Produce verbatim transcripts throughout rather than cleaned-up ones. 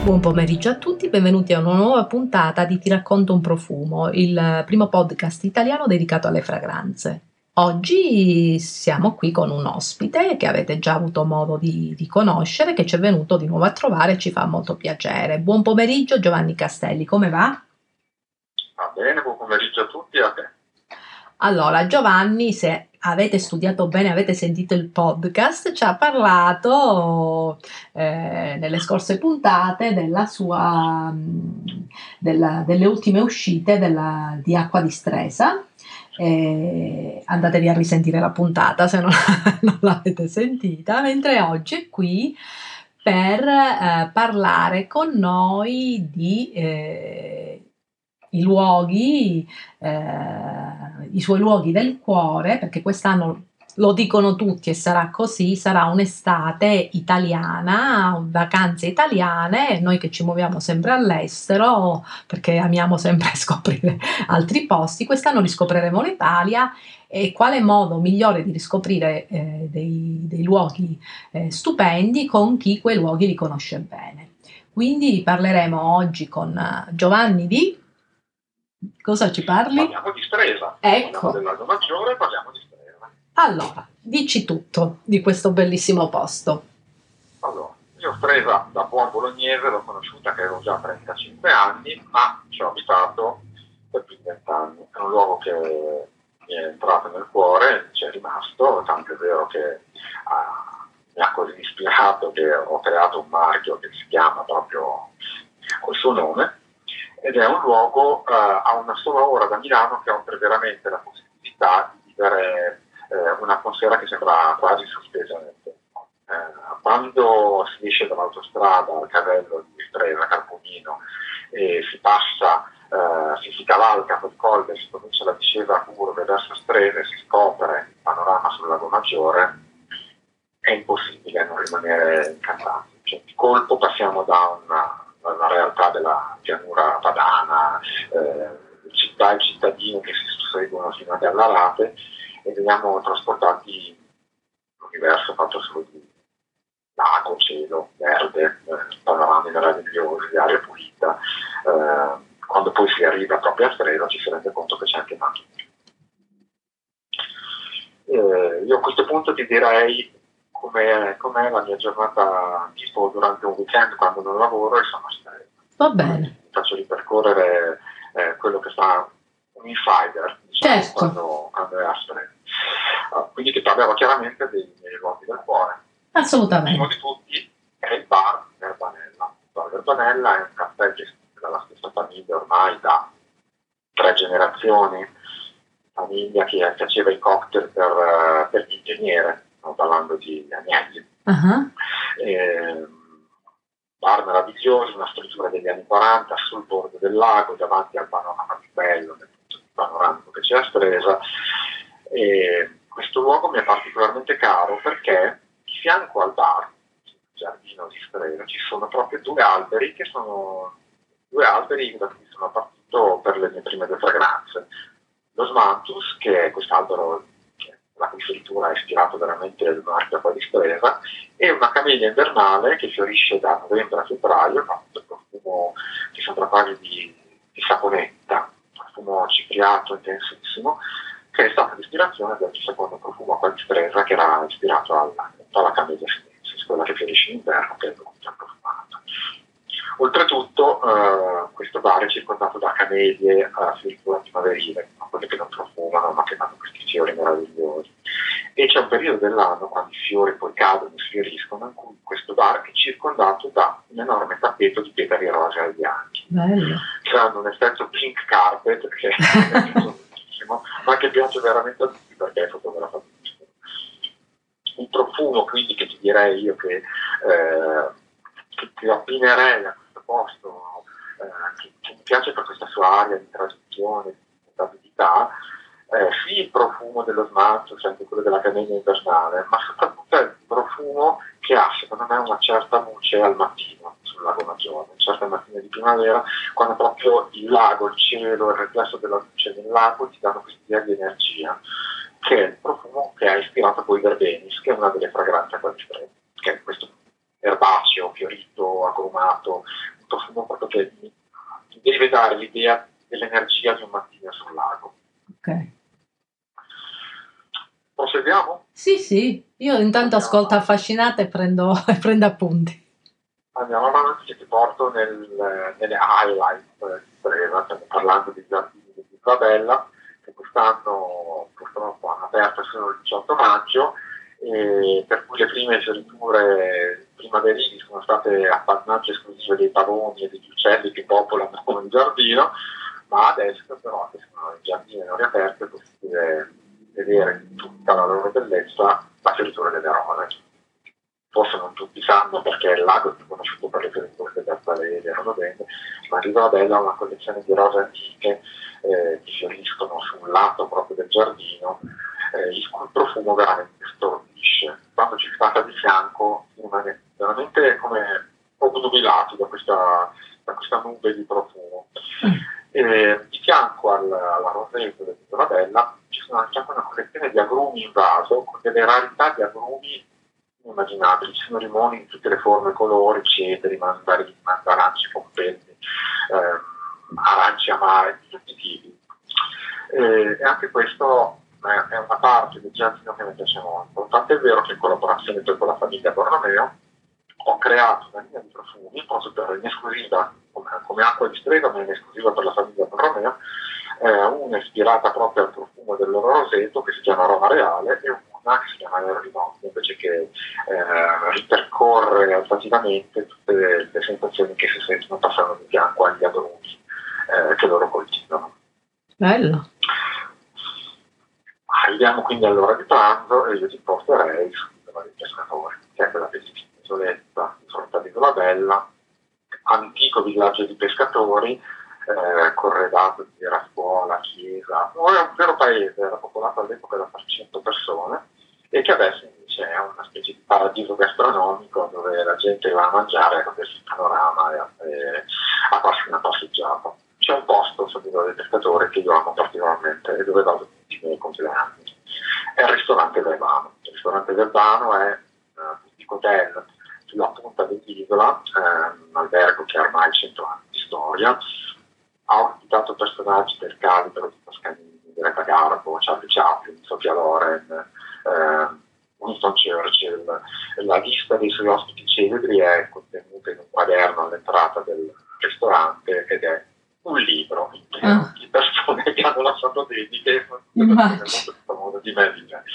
Buon pomeriggio a tutti, benvenuti a una nuova puntata di Ti racconto un profumo, il primo podcast italiano dedicato alle fragranze. Oggi siamo qui con un ospite che avete già avuto modo di, di conoscere, che ci è venuto di nuovo a trovare e ci fa molto piacere. Buon pomeriggio Giovanni Castelli, come va? Va bene, buon pomeriggio a tutti e a te. Allora, Giovanni, se avete studiato bene, avete sentito il podcast, ci ha parlato eh, nelle scorse puntate della sua, mh, della- delle ultime uscite della- di Acqua di Stresa. Eh, andatevi a risentire la puntata se non, non l'avete sentita, mentre oggi è qui per eh, parlare con noi di eh, i luoghi eh, i suoi luoghi del cuore, perché quest'anno lo dicono tutti e sarà così, sarà un'estate italiana, vacanze italiane, noi che ci muoviamo sempre all'estero perché amiamo sempre scoprire altri posti, quest'anno riscopriremo l'Italia e quale modo migliore di riscoprire eh, dei, dei luoghi eh, stupendi con chi quei luoghi li conosce bene. Quindi parleremo oggi con eh, Giovanni di... Cosa ci parli? Parliamo di Stresa. Ecco. Parliamo del Lago Maggiore e parliamo di Stresa. Allora, dici tutto di questo bellissimo posto. Allora, io Stresa da buon bolognese l'ho conosciuta che avevo già trentacinque anni, ma ci ho abitato per più di venti anni. È un luogo che mi è entrato nel cuore, ci è rimasto, tanto è vero che ah, mi ha così ispirato che ho creato un marchio che si chiama proprio col suo nome. Ed è un luogo eh, a una sola ora da Milano che offre veramente la possibilità di vivere eh, un'atmosfera che sembra quasi sospesa nel tempo. Eh, quando si esce dall'autostrada al casello di Stresa, Carpomino, e si passa, eh, si, si cavalca quel colle, si comincia la discesa a curve verso Stresa e si scopre il panorama sul Lago Maggiore, è impossibile non rimanere incantati. Cioè, di colpo passiamo da una la realtà della pianura padana, eh, città e cittadini che si susseguono fino a Gallarate e veniamo trasportati in un universo fatto solo di lago, cielo, verde, eh, panorami meravigliosi, aria pulita. Eh, quando poi si arriva proprio a Stresa ci si rende conto che c'è anche tanto di più. Eh, io a questo punto ti direi com'è, com'è la mia giornata tipo durante un weekend quando non lavoro e sono a Stresa. Va bene. Faccio ripercorrere eh, quello che fa un insider, diciamo, Certo. quando, quando è a Stresa. Uh, quindi ti parlerò chiaramente dei miei luoghi del cuore. Assolutamente. Uno di tutti è il bar Verbanella. Il bar Verbanella è un caffè gestito dalla stessa famiglia ormai da tre generazioni, famiglia che faceva i cocktail per, per l'ingegnere, stiamo parlando di Agnelli. Uh-huh. Eh, bar meraviglioso, una struttura degli anni quaranta sul bordo del lago, davanti al panorama più bello, nel panoramico che c'è a Stresa. E questo luogo mi è particolarmente caro perché di fianco al bar, il giardino di Stresa, ci sono proprio due alberi che sono due alberi da cui sono partito per le mie prime due fragranze. Lo Smantus, che è quest'albero che la cui fioritura è ispirato veramente al marchio Acqua di Stresa, e una camellia invernale che fiorisce da novembre a febbraio, con un profumo che sembra quasi di, di saponetta, un profumo cipriato intensissimo, che è stata l'ispirazione del secondo profumo Acqua di Stresa, che era ispirato alla, alla camellia sinensis, quella che fiorisce in inverno, che è molto profumata. Oltretutto eh, questo bar è circondato da camelie a fioritura primaverile, quelle che non profumano ma che hanno questi fiori meravigliosi. E c'è un periodo dell'anno, quando i fiori poi cadono e sfioriscono, in cui questo bar è circondato da un enorme tappeto di petali rosei e bianchi. Bello. Che hanno un effetto pink carpet, che è bellissimo, ma che piace veramente a tutti perché è fotografato. Un profumo quindi che ti direi io che, eh, che ti abbinerei a questo posto, eh, che, che mi piace per questa sua aria di tradizione, di stabilità. Eh, sì, il profumo dello smalto, cioè anche quello della camellia invernale, ma soprattutto è il profumo che ha, secondo me, una certa luce al mattino sul Lago Maggiore, certe mattine di primavera, quando proprio il lago, il cielo, il riflesso della luce del lago ti danno quest'idea di energia, che è il profumo che ha ispirato poi Verbenis, che è una delle fragranze a quali che è questo erbaceo, fiorito, agrumato, sì, io intanto Andiamo ascolto avanti. affascinata e prendo, e prendo appunti. Andiamo avanti che ti porto nel, nelle highlight di Brera, stiamo parlando di giardini di Isabella, che quest'anno purtroppo hanno aperto solo il diciotto maggio, e per cui le prime fioriture primaverili sono state appannaggio esclusivo dei pavoni e degli uccelli che popolano il giardino, ma adesso però che sono i giardini hanno riaperto è possibile vedere in tutta la loro bellezza la fioritura delle rose. Forse non tutti sanno perché il lago è più conosciuto per le fioriture delle azzalene e rododendri, ma l'Isabella ha una collezione di rose antiche eh, che fioriscono sul lato proprio del giardino, eh, il cui profumo veramente stordisce. Quando ci sta di fianco rimane veramente come obnubilato da questa, da questa nube di profumo. E di fianco al, alla rosetto dell'Isabella ci sono anche una collezione di agrumi in vaso con delle rarità di agrumi immaginabili, ci sono limoni in tutte le forme e colori, cedri, mandarini, mandaranci, pompelmi, ehm, aranci amare, di tutti i tipi. E, e anche questo è, è una parte del giardino che mi piace molto, tant'è vero che in collaborazione poi con la famiglia Borromeo ho creato una linea di profumi, proprio per in esclusiva, come, come acqua di strega, ma in esclusiva per la famiglia Borromeo, eh, una ispirata proprio al profumo del loro roseto che si chiama Roma Reale e una che si chiama Early invece che eh, ripercorre altativamente tutte le, le sensazioni che si sentono passando di fianco agli agrumi eh, che loro coltivano. Bello. Arriviamo quindi all'ora di pranzo e io ti porterei sull'Isola dei Pescatori, che è quella bellissima isoletta di fronte all'Isola Bella, antico villaggio di pescatori, eh, corredato di era scuola, chiesa, è un vero paese, era popolato all'epoca da trecento persone e che adesso invece è una specie di paradiso gastronomico dove la gente va a mangiare, a godersi il panorama e a, e a farsi una passeggiata. C'è un posto sull'Isola dei Pescatori che io amo particolarmente e dove vado tutti i miei compleanni. È il ristorante Verbano. Il ristorante Verbano è un antico hotel sulla punta dell'isola, eh, un albergo che ha ormai cento anni di storia, ha ospitato personaggi del calibro di Toscanini, Greta Garbo, Charlie Chaplin, Sofia Loren, eh, Winston Churchill. La lista dei suoi ospiti celebri è contenuta in un quaderno all'entrata del ristorante ed è un libro intero ah. di persone che hanno lasciato dediche nel mondo di Melilla.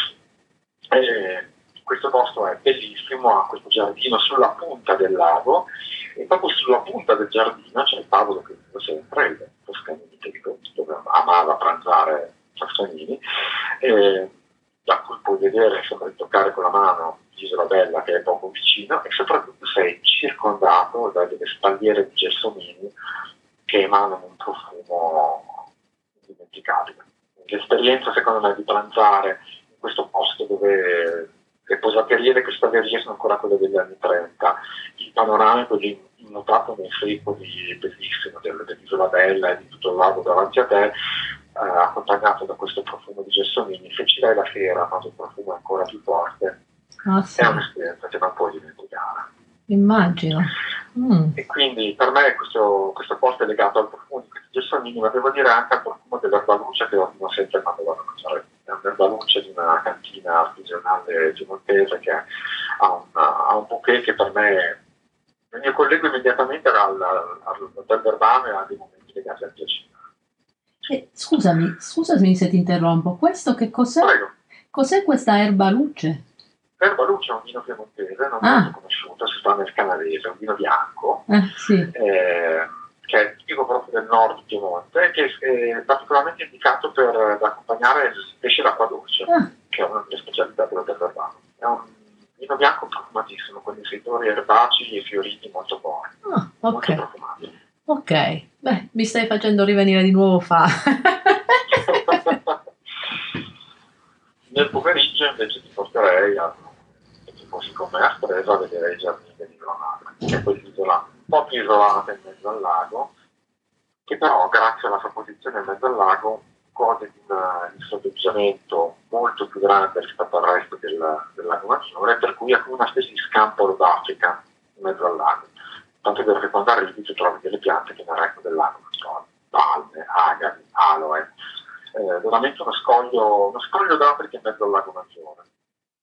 Questo posto è bellissimo, ha questo giardino sulla punta del lago e proprio sulla punta del giardino c'è il tavolo che dico sempre, il Toscanini, che dico, dove amava pranzare Toscanini, e da cui puoi vedere, sembra di toccare con la mano l'Isola Bella che è poco vicino e soprattutto sei circondato da delle spalliere di gelsomini che emanano un profumo indimenticabile. L'esperienza secondo me di pranzare in questo posto dove le posaterie e le cristallerie sono ancora quelle degli anni trenta, il panoramico di innotato nei secoli bellissimo dell'Isola Bella e di tutto il lago davanti a te, eh, accompagnato da questo profumo di gelsomini, se ci vai la sera quando il profumo è ancora più forte, oh, sì. È un'esperienza che non puoi dimenticare. Immagino. Mm. E quindi per me questo, questo posto è legato al profumo di questi gelsomini, ma devo dire anche al profumo dell'erbaluce che ordino sempre quando vado a mangiare. È un'erbaluce di una cantina artigianale piemontese che ha, una, ha un bouquet che per me mi collego immediatamente al, al, al Verbano e a dei momenti legati al piacere. Eh, scusami, scusami se ti interrompo, questo che cos'è? Prego. Cos'è questa erbaluce? L'erbaluce è un vino piemontese, non ah. molto conosciuto, si fa nel canavese, è un vino bianco, eh, sì. eh, che è tipico proprio del nord Piemonte, che è particolarmente indicato per accompagnare il pesce d'acqua dolce, ah. che è una delle specialità del Verbano. È un vino bianco profumatissimo, con dei settori erbacei e fiorini molto buoni, ah, okay. molto profumati. Ok, beh, mi stai facendo rivenire di nuovo fa. Nel pomeriggio invece ti porterei a, se ci fossi con me a Stresa, a vedere i giardini dell'Isola Madre, che è quell'isola un po' più isolata in mezzo al lago, che però grazie alla sua posizione in mezzo al lago gode di un soddisfacimento molto più grande rispetto al resto del, del lago Maggiore, per cui è come una specie di scampolo d'Africa in mezzo al lago. Tanto è vero che quando arrivi tu trovi delle piante che nel resto del lago non trovi, palme, agari, aloe, eh, veramente uno scoglio, uno scoglio d'Africa in mezzo al lago Maggiore.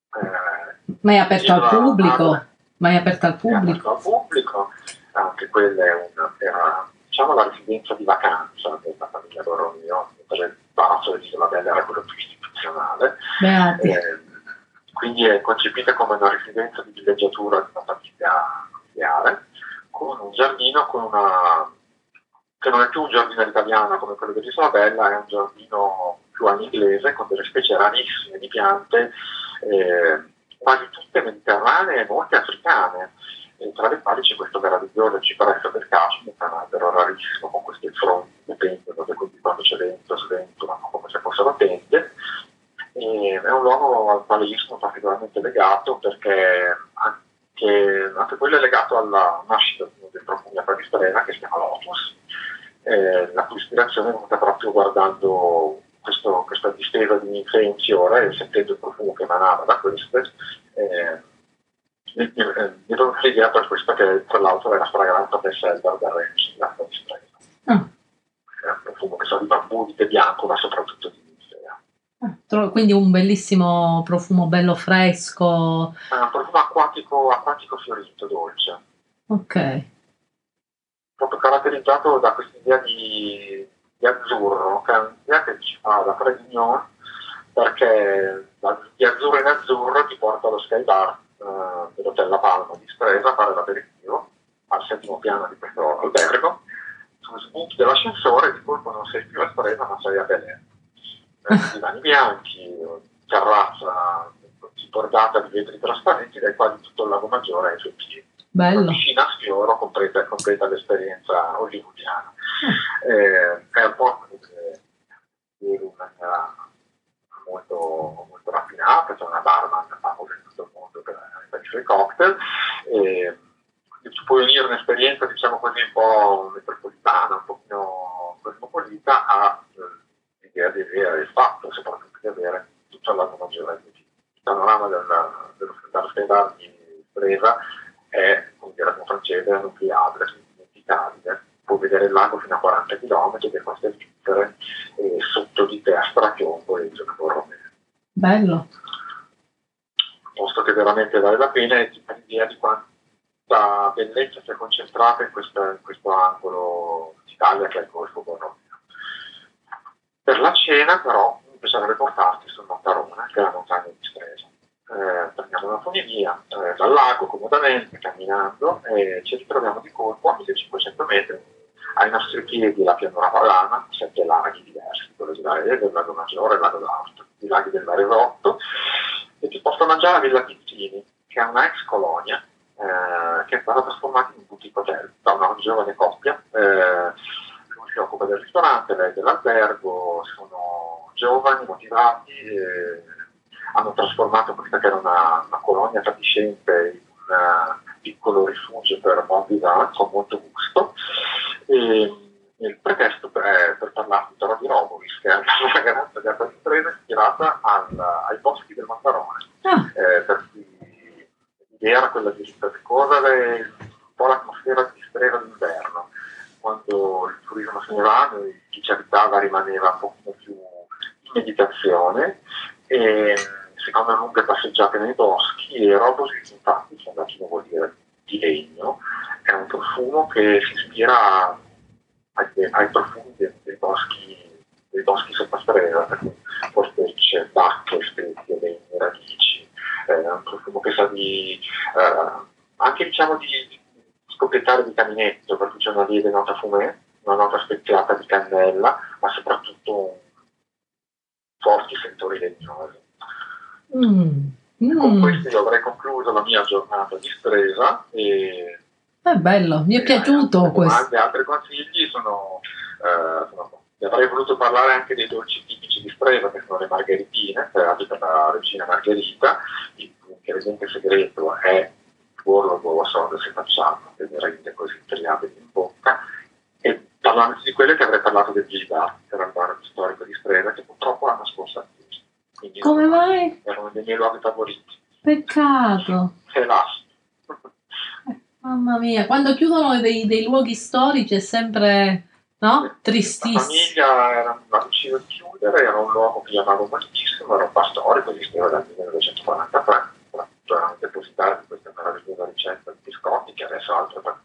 Ma è aperto al pubblico? Ma è aperto al È pubblico? aperto al pubblico, anche quella è una, era diciamo la residenza di vacanza della famiglia Borromeo, mentre il palazzo dell'Isola Bella era quello più istituzionale. Beati. Eh, quindi è concepita come una residenza di villeggiatura di una famiglia familiare, con un giardino, con una, che non è più un giardino italiano come quello dell'Isola Bella, è un giardino più all'inglese, con delle specie rarissime di piante, eh, quasi tutte mediterranee e molte africane, e tra le quali c'è questo meraviglioso cipresso del Kashmir, che è un albero rarissimo con queste fronde che pendono, e quindi quando c'è vento sventolano come se fossero tende. E è un luogo al quale io sono particolarmente legato, perché anche, anche quello è legato alla nascita di uno dei profumi a Strena, che si chiama Lotus, eh, la cui ispirazione è venuta proprio guardando questo, questa distesa di ninfe in fiore e sentendo il profumo che emanava da queste. Eh, mi mi sono l'idea per questa, che tra l'altro è la fragranza best seller del range di acqua di Strena. Ah. È un profumo che sa di bambù, di tè bianco, ma soprattutto di ninfea. Ah, quindi un bellissimo profumo bello fresco. È un profumo acquatico, acquatico fiorito, dolce. Ok. Proprio caratterizzato da questa idea di, di azzurro, che è un'idea che ci fa da Prédignon, perché da, di azzurro in azzurro ti porta allo sky bar eh, dell'Hotel La Palma di Stresa a fare l'aperitivo al settimo piano di questo albergo. Su sbuchi dell'ascensore di colpo non sei più a Stresa ma sei a Belen. Eh, divani bianchi, terrazza bordata di vetri trasparenti dai quali tutto il Lago Maggiore è ai suoi piedi. Bello. Una piscina a sfioro completa, completa l'esperienza hollywoodiana. Eh, è un po' in maniera molto, molto raffinata, c'è una barman famosa in tutto il mondo per, per i suoi cocktail. E, ci può unire un'esperienza, diciamo così, un po' metropolitana, un pochino cosmopolita, a eh, l'idea di avere il fatto, soprattutto, di avere tutto il Lago Maggiore. Il panorama della, dello Sky di Stresa è, come dire, in francese, nucleabile, indimenticabile. Puoi vedere il lago fino a quaranta chilometri, le coste svizzere, e sotto di te a strapiombo il Gioco Borromeo. Bello. Posto che veramente vale la pena, e ti dà l'idea di quanta bellezza si è concentrata in, questa, in questo angolo d'Italia che è il Golfo Borromeo. Per la cena, però, mi piacerebbe portarti sul Mattarone, che è la montagna di Stresa. Eh, prendiamo una funivia eh, dal lago comodamente, camminando, e ci ritroviamo di colpo a millecinquecento metri ai nostri piedi la pianura padana, sette laghi diversi, quello di Varese, il Lago Maggiore, il Lago d'Aosta, i laghi del Varesotto, e ti porto a mangiare a Villa Pizzini, che è una ex colonia eh, che è stata trasformata in boutique hotel da una giovane coppia. Eh, lui si occupa del ristorante, lei dell'albergo, sono giovani, motivati, eh, hanno trasformato questa che era una, una colonia fatiscente in un piccolo rifugio per morbidi con molto gusto. E il pretesto per, per parlarti però di Robovis, che è una ragazza di Acqua di Stresa ispirata al, ai boschi del Mattarone. Ah. Eh, per cui l'idea era quella di percorrere un po' l'atmosfera di Stresa d'inverno, quando il turismo se ne va, chi ci abitava rimaneva un pochino più in meditazione, e secondo lunghe passeggiate nei boschi. E Robovis, infatti, che latino vuol dire di legno, è un profumo che si ispira ai, ai profumi dei, dei boschi dei boschi sopra Stresa, per cui cortecce, bacche, specie, legni, radici. È un profumo che sa di eh, anche, diciamo, di scoppiettare di caminetto, perché c'è una lieve nota fumé, una nota speziata di cannella, ma soprattutto forti sentori legnosi. Mm. Mm. Con questo io avrei concluso la mia giornata di Stresa. E è bello, mi è piaciuto altre questo. domande, altri consigli sono, eh, sono, avrei voluto parlare anche dei dolci tipici di Stresa, che sono le margheritine, create per la regina Margherita. Il ingrediente segreto è burro, uovo sodo e setacciato, che mi rende così triabili in bocca. E parlando di quelle, che avrei parlato del Gilda, che era il bar storico di Stresa, che purtroppo l'anno scorso ha chiuso. Quindi come non, mai? erano dei miei luoghi favoriti. Peccato. E lascio. Mamma mia, quando chiudono dei, dei luoghi storici è sempre, no? Tristissimo. La famiglia era, ha deciso di chiudere, era un luogo che io amavo moltissimo, era un bar storico, esisteva dal millenovecentoquarantatré, era un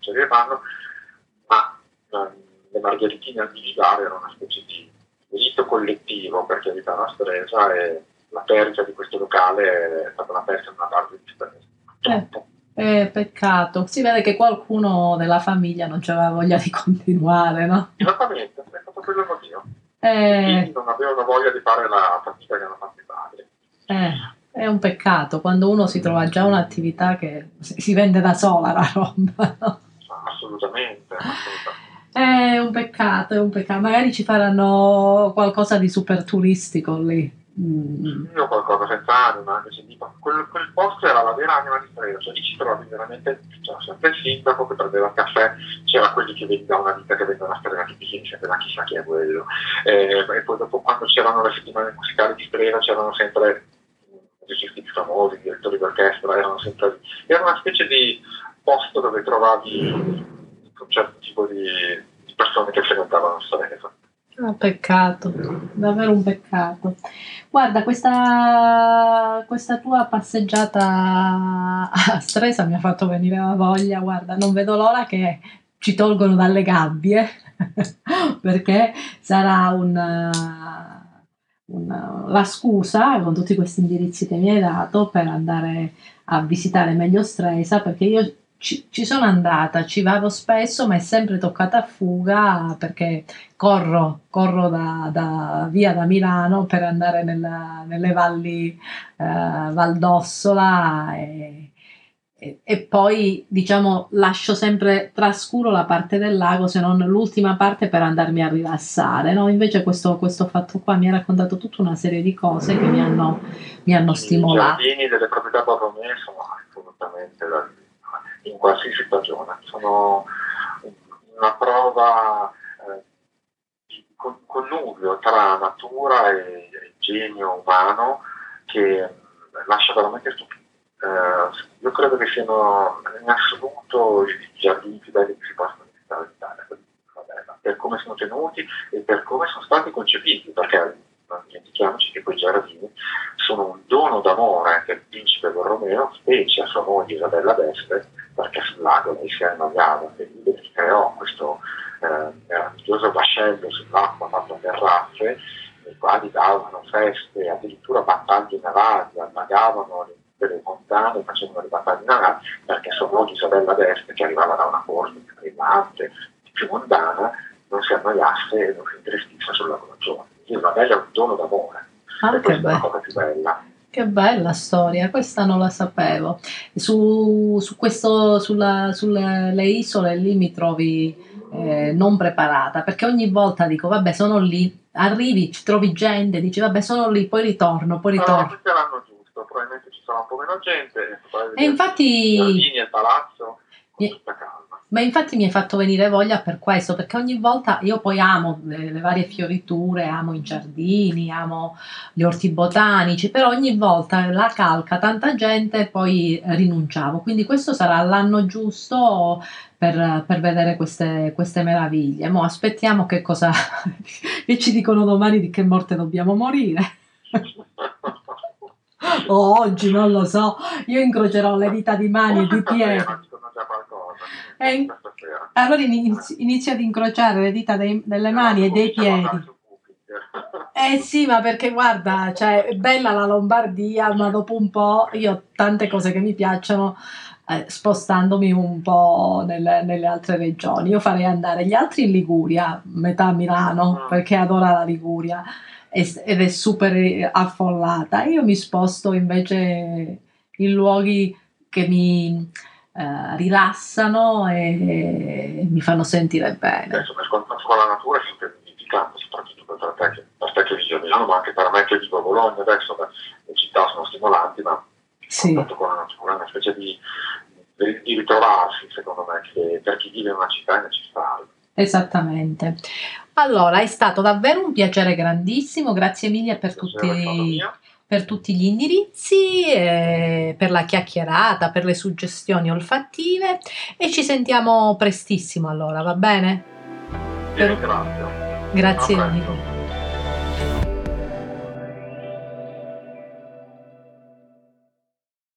succede che fanno, ma eh, le margheritine al Vigilare erano una specie di rito collettivo perché evitare la Stresa, e la perdita di questo locale è stata una perdita di una base di Stresa. Eh, eh, peccato, si vede che qualcuno della famiglia non aveva voglia di continuare, no? Esattamente, è stato quello il motivo. Eh, Quindi non avevano voglia di fare la fatica che hanno fatto i padri. Eh, è un peccato quando uno si trova già un'attività che si si vende da sola la roba, no? Assolutamente, assolutamente. È un peccato, è un peccato. Magari ci faranno qualcosa di super turistico lì. Mm. Io qualcosa senza anima, anche se dico, quel, quel posto era la vera anima di Stresa, cioè lì ci trovavi veramente, c'era sempre il sindaco che prendeva il caffè, c'era quelli che vedi da una vita che vengono a Stresa tutti insieme, sapeva chissà chi è quello, eh, e poi dopo quando c'erano le settimane musicali di Stresa c'erano sempre musicisti più famosi, direttori d'orchestra, erano sempre lì. Era una specie di posto dove trovavi un certo tipo di, di persone che frequentavano Stresa. Ah, peccato, davvero un peccato. Guarda, questa, questa tua passeggiata a Stresa mi ha fatto venire la voglia, guarda, non vedo l'ora che ci tolgono dalle gabbie, perché sarà un, un- la scusa, con tutti questi indirizzi che mi hai dato, per andare a visitare meglio Stresa, perché io ci, ci sono andata, ci vado spesso, ma è sempre toccata a fuga perché corro, corro da, da- via da Milano per andare nella- nelle valli eh, Valdossola e, e- e poi diciamo lascio sempre trascuro la parte del lago, se non l'ultima parte per andarmi a rilassare, no? Invece questo, questo fatto qua mi ha raccontato tutta una serie di cose che mi hanno, mi hanno I stimolato. giardini delle proprietà borromee sono assolutamente da, in qualsiasi stagione, sono una prova eh, di con- connubio tra natura e, e genio umano che mh, lascia veramente stupito. Eh, io credo che siano in assoluto i giardini più belli che si possono visitare in Italia, quelli di Favela, per come sono tenuti e per come sono stati concepiti, perché non dimentichiamoci che quei giardini sono un dono d'amore che il principe Borromeo fece a sua moglie Isabella d'Este, perché sul lago lei si annoiava e lui creò questo eh, meraviglioso vascello sull'acqua fatto a terrazze, nei quali davano feste, addirittura battaglie navali, annagavano le, le fontane, facevano le battaglie navali, perché sua moglie Isabella d'Este, che arrivava da una corte più brillante, più mondana, non si annoiasse e non si intristisse sul lago Maggiore. Quindi una bella un dono d'amore. Ah, E che questa è la bello. cosa più bella. Che bella storia, questa non la sapevo. Su, su questo, sulla- sulle le isole lì mi trovi eh, non preparata, perché ogni volta dico, vabbè, sono lì, arrivi, ci trovi gente, dici, vabbè, sono lì, poi ritorno, poi Allora, ritorno. questi l'anno giusto, probabilmente ci sarà un po' meno gente e potrai E vedere i infatti, giardini e il palazzo con mi- tutta calma. ma infatti mi hai fatto venire voglia per questo, perché ogni volta io poi amo le, le varie fioriture, amo i giardini, amo gli orti botanici, però ogni volta la calca tanta gente e poi rinunciavo. Quindi questo sarà l'anno giusto per, per vedere queste, queste meraviglie. Mo' aspettiamo che cosa che ci dicono domani di che morte dobbiamo morire. O oggi, non lo so, io incrocerò le dita di mani e Forse di piedi. stasera dicono già qualcosa, E in- forse stasera. allora inizi- inizio ad incrociare le dita dei- delle E mani allora e dei cominciamo ad andare piedi. su Booking. Eh sì, ma perché guarda, cioè, è bella la Lombardia, ma dopo un po' io ho tante cose che mi piacciono, eh, spostandomi un po' nelle, nelle altre regioni. Io farei andare gli altri in Liguria, metà Milano, Mm. perché adora la Liguria e- ed è super eh, affollata. Io mi sposto invece in luoghi che mi eh, rilassano e mi fanno sentire bene. Insomma, il contatto con la natura è sempre edificante, soprattutto per te, che, per te che vivi a Milano, ma anche per me che vivo a Bologna adesso. Beh, le città sono stimolanti, ma il Sì. contatto con la natura è una specie di, di, di ritrovarsi, secondo me, che per chi vive in una città è necessario. Esattamente. Allora, è stato davvero un piacere grandissimo, grazie mille per Il piacere è stato tutti, mio. per tutti gli indirizzi, eh, per la chiacchierata, per le suggestioni olfattive e ci sentiamo prestissimo allora, va bene? Ti ringrazio. Grazie A presto. mille.